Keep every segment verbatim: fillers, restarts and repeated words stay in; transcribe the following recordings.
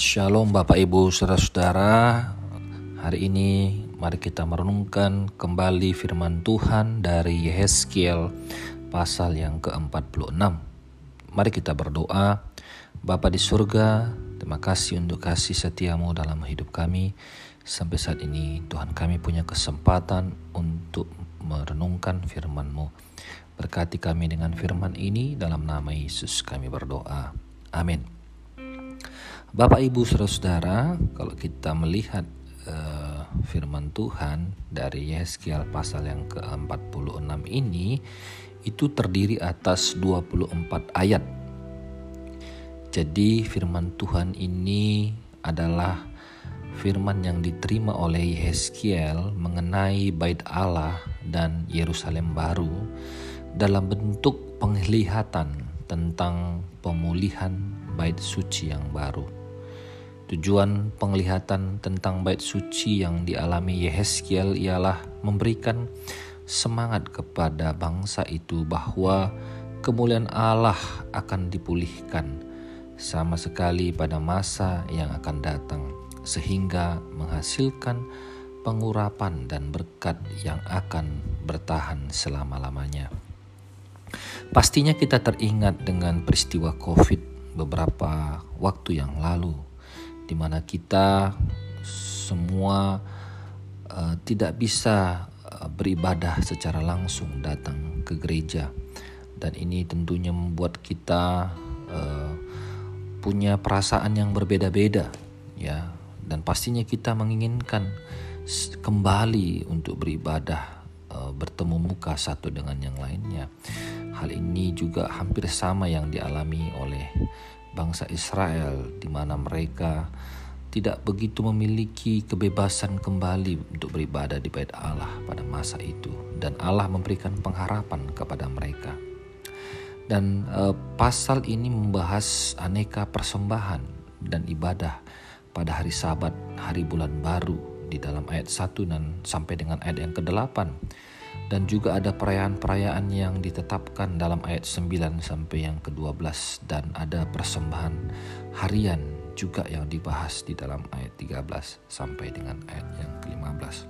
Shalom Bapak Ibu Saudara-saudara. Hari ini mari kita merenungkan kembali firman Tuhan dari Yehezkiel pasal yang ke empat puluh enam. Mari kita berdoa. Bapa di surga, terima kasih untuk kasih setiamu dalam hidup kami. Sampai saat ini Tuhan kami punya kesempatan untuk merenungkan firman-Mu. Berkati kami dengan firman ini, dalam nama Yesus kami berdoa. Amin. Bapak Ibu Saudara-saudara, kalau kita melihat uh, firman Tuhan dari Yehezkiel pasal yang ke empat puluh enam ini, itu terdiri atas dua puluh empat ayat. Jadi firman Tuhan ini adalah firman yang diterima oleh Yehezkiel mengenai Bait Allah dan Yerusalem baru dalam bentuk penglihatan tentang pemulihan Bait Suci yang baru. Tujuan penglihatan tentang Bait Suci yang dialami Yehezkiel ialah memberikan semangat kepada bangsa itu bahwa kemuliaan Allah akan dipulihkan sama sekali pada masa yang akan datang, sehingga menghasilkan pengurapan dan berkat yang akan bertahan selama-lamanya. Pastinya kita teringat dengan peristiwa COVID beberapa waktu yang lalu, di mana kita semua uh, tidak bisa uh, beribadah secara langsung datang ke gereja, dan ini tentunya membuat kita uh, punya perasaan yang berbeda-beda, ya, dan pastinya kita menginginkan kembali untuk beribadah, uh, bertemu muka satu dengan yang lainnya. Hal ini juga hampir sama yang dialami oleh bangsa Israel, di mana mereka tidak begitu memiliki kebebasan kembali untuk beribadah di Bait Allah pada masa itu, dan Allah memberikan pengharapan kepada mereka. Dan eh, pasal ini membahas aneka persembahan dan ibadah pada hari Sabat, hari bulan baru, di dalam ayat satu dan sampai dengan ayat yang kedelapan. Dan juga ada perayaan-perayaan yang ditetapkan dalam ayat sembilan sampai yang kedua belas, dan ada persembahan harian juga yang dibahas di dalam ayat tiga belas sampai dengan ayat yang kelima belas.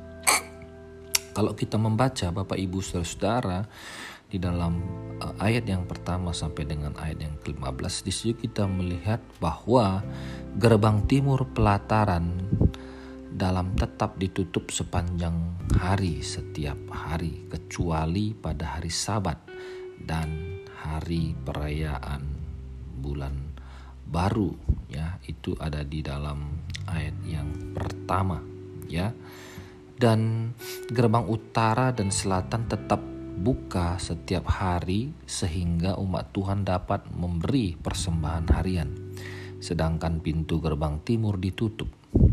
Kalau kita membaca Bapak Ibu Saudara-saudara di dalam uh, ayat yang pertama sampai dengan ayat yang kelima belas, di situ kita melihat bahwa gerbang timur pelataran dalam tetap ditutup sepanjang hari setiap hari, kecuali pada hari Sabat dan hari perayaan bulan baru, ya, itu ada di dalam ayat yang pertama, ya. Dan gerbang utara dan selatan tetap buka setiap hari sehingga umat Tuhan dapat memberi persembahan harian, sedangkan pintu gerbang timur ditutup.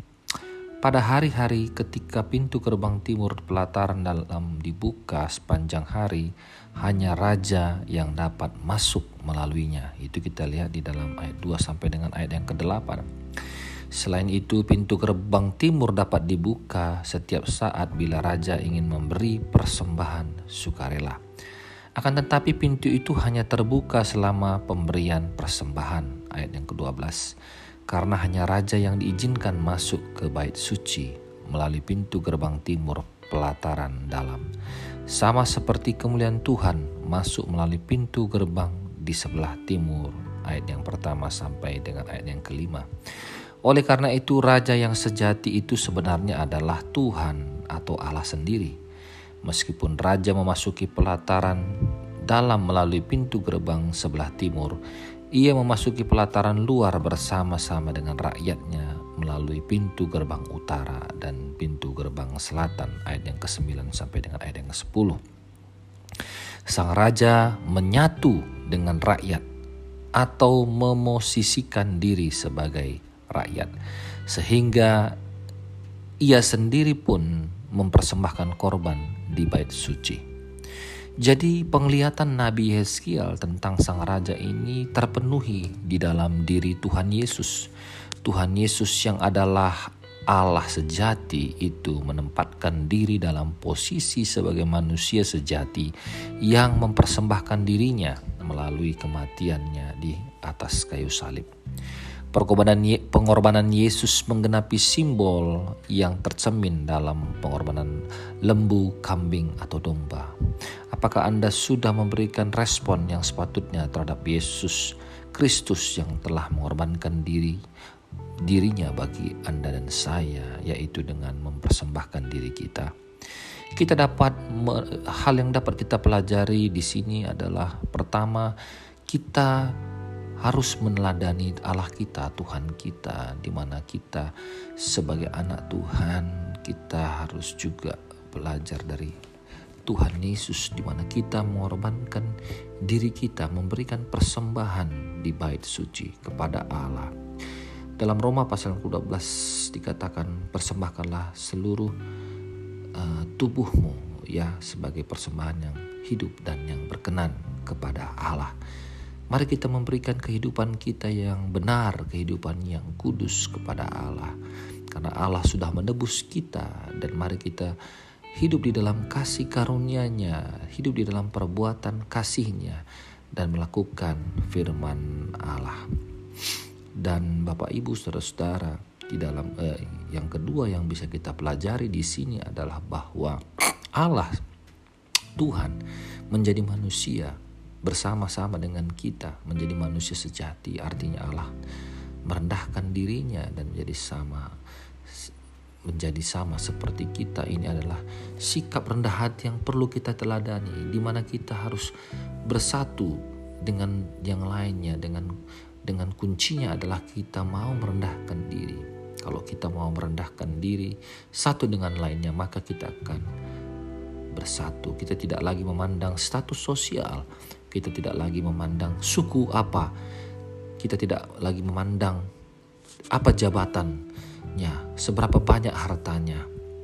Pada hari-hari ketika pintu gerbang timur pelataran dalam dibuka sepanjang hari, hanya raja yang dapat masuk melaluinya. Itu kita lihat di dalam ayat dua sampai dengan ayat yang kedelapan. Selain itu, pintu gerbang timur dapat dibuka setiap saat bila raja ingin memberi persembahan sukarela. Akan tetapi pintu itu hanya terbuka selama pemberian persembahan, ayat yang kedua belas. Karena hanya raja yang diizinkan masuk ke Bait Suci melalui pintu gerbang timur pelataran dalam. Sama seperti kemuliaan Tuhan masuk melalui pintu gerbang di sebelah timur, ayat yang pertama sampai dengan ayat yang kelima. Oleh karena itu, raja yang sejati itu sebenarnya adalah Tuhan atau Allah sendiri. Meskipun raja memasuki pelataran dalam melalui pintu gerbang sebelah timur, ia memasuki pelataran luar bersama-sama dengan rakyatnya melalui pintu gerbang utara dan pintu gerbang selatan, ayat yang kesembilan sampai dengan ayat yang kesepuluh. Sang raja menyatu dengan rakyat atau memosisikan diri sebagai rakyat, sehingga ia sendiri pun mempersembahkan korban di Bait Suci. Jadi penglihatan Nabi Yehezkiel tentang sang raja ini terpenuhi di dalam diri Tuhan Yesus. Tuhan Yesus yang adalah Allah sejati itu menempatkan diri dalam posisi sebagai manusia sejati yang mempersembahkan dirinya melalui kematiannya di atas kayu salib. Pengorbanan, pengorbanan Yesus menggenapi simbol yang tercermin dalam pengorbanan lembu, kambing, atau domba. Apakah Anda sudah memberikan respon yang sepatutnya terhadap Yesus Kristus yang telah mengorbankan diri dirinya bagi Anda dan saya, yaitu dengan mempersembahkan diri kita? Kita dapat hal yang dapat kita pelajari di sini adalah, pertama, kita harus meneladani Allah kita, Tuhan kita, di mana kita sebagai anak Tuhan, kita harus juga belajar dari Tuhan Yesus, di mana kita mengorbankan diri kita, memberikan persembahan di bait suci kepada Allah. Dalam Roma pasal dua belas dikatakan, persembahkanlah seluruh uh, tubuhmu ya sebagai persembahan yang hidup dan yang berkenan kepada Allah. Mari kita memberikan kehidupan kita yang benar, kehidupan yang kudus kepada Allah. Karena Allah sudah menebus kita, dan mari kita hidup di dalam kasih karunia-Nya, hidup di dalam perbuatan kasih-Nya, dan melakukan firman Allah. Dan Bapak Ibu Saudara-saudara, di dalam eh, yang kedua yang bisa kita pelajari di sini adalah bahwa Allah Tuhan menjadi manusia bersama-sama dengan kita, menjadi manusia sejati. Artinya Allah merendahkan dirinya dan menjadi sama menjadi sama seperti kita. Ini adalah sikap rendah hati yang perlu kita teladani, di mana kita harus bersatu dengan yang lainnya. Dengan dengan kuncinya adalah kita mau merendahkan diri. Kalau kita mau merendahkan diri satu dengan lainnya, maka kita akan bersatu. Kita tidak lagi memandang status sosial, kita tidak lagi memandang suku apa, kita tidak lagi memandang apa jabatannya, seberapa banyak hartanya,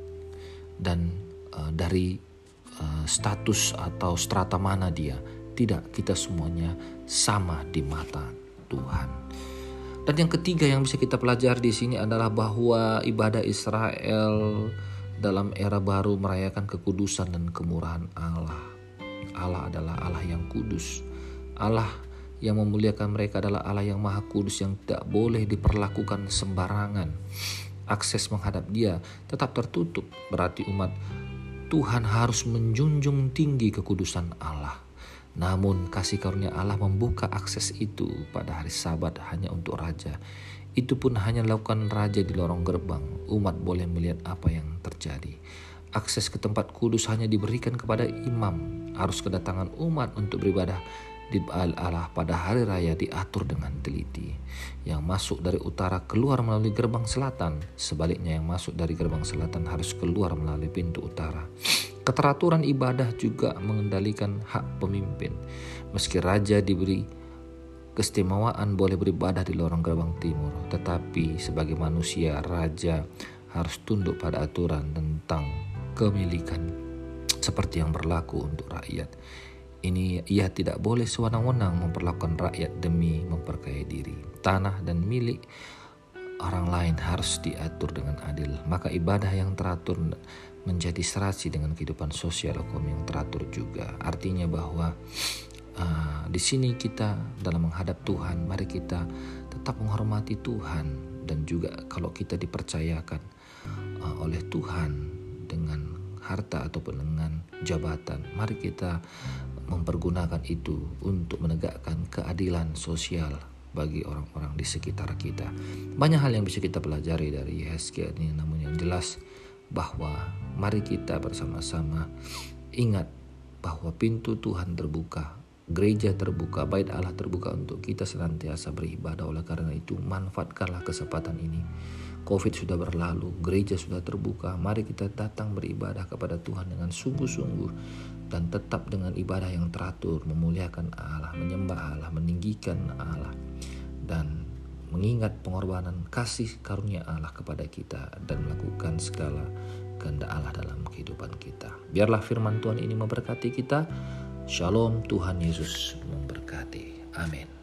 dan uh, dari uh, status atau strata mana dia. Tidak, kita semuanya sama di mata Tuhan. Dan yang ketiga yang bisa kita pelajari di sini adalah bahwa ibadah Israel dalam era baru merayakan kekudusan dan kemurahan Allah. Allah adalah Allah yang kudus. Allah yang memuliakan mereka adalah Allah yang maha kudus, yang tidak boleh diperlakukan sembarangan. Akses menghadap Dia tetap tertutup. Berarti umat Tuhan harus menjunjung tinggi kekudusan Allah. Namun kasih karunia Allah membuka akses itu pada hari Sabat hanya untuk raja. Itu pun hanya dilakukan raja di lorong gerbang. Umat boleh melihat apa yang terjadi. Akses ke tempat kudus hanya diberikan kepada imam. Harus kedatangan umat untuk beribadah di Allah pada hari raya diatur dengan teliti. Yang masuk dari utara keluar melalui gerbang selatan. Sebaliknya yang masuk dari gerbang selatan harus keluar melalui pintu utara. Keteraturan ibadah juga mengendalikan hak pemimpin. Meski raja diberi keistimewaan boleh beribadah di lorong gerbang timur, tetapi sebagai manusia raja harus tunduk pada aturan tentang kemilikan seperti yang berlaku untuk rakyat. Ini ia tidak boleh sewenang-wenang memperlakukan rakyat demi memperkaya diri. Tanah dan milik orang lain harus diatur dengan adil. Maka ibadah yang teratur menjadi serasi dengan kehidupan sosial hukum yang teratur juga. Artinya bahwa uh, di sini kita dalam menghadap Tuhan, mari kita tetap menghormati Tuhan, dan juga kalau kita dipercayakan uh, oleh Tuhan dengan harta ataupun dengan jabatan, mari kita mempergunakan itu untuk menegakkan keadilan sosial bagi orang-orang di sekitar kita. Banyak hal yang bisa kita pelajari dari Yehezkiel ini, namun yang jelas bahwa mari kita bersama-sama ingat bahwa pintu Tuhan terbuka, gereja terbuka, bait Allah terbuka untuk kita senantiasa beribadah. Oleh karena itu, manfaatkanlah kesempatan ini. Covid sudah berlalu, gereja sudah terbuka. Mari kita datang beribadah kepada Tuhan dengan sungguh-sungguh dan tetap dengan ibadah yang teratur, memuliakan Allah, menyembah Allah, meninggikan Allah, dan mengingat pengorbanan kasih karunia Allah kepada kita, dan melakukan segala kehendak Allah dalam kehidupan kita. Biarlah firman Tuhan ini memberkati kita. Shalom, Tuhan Yesus memberkati. Amin.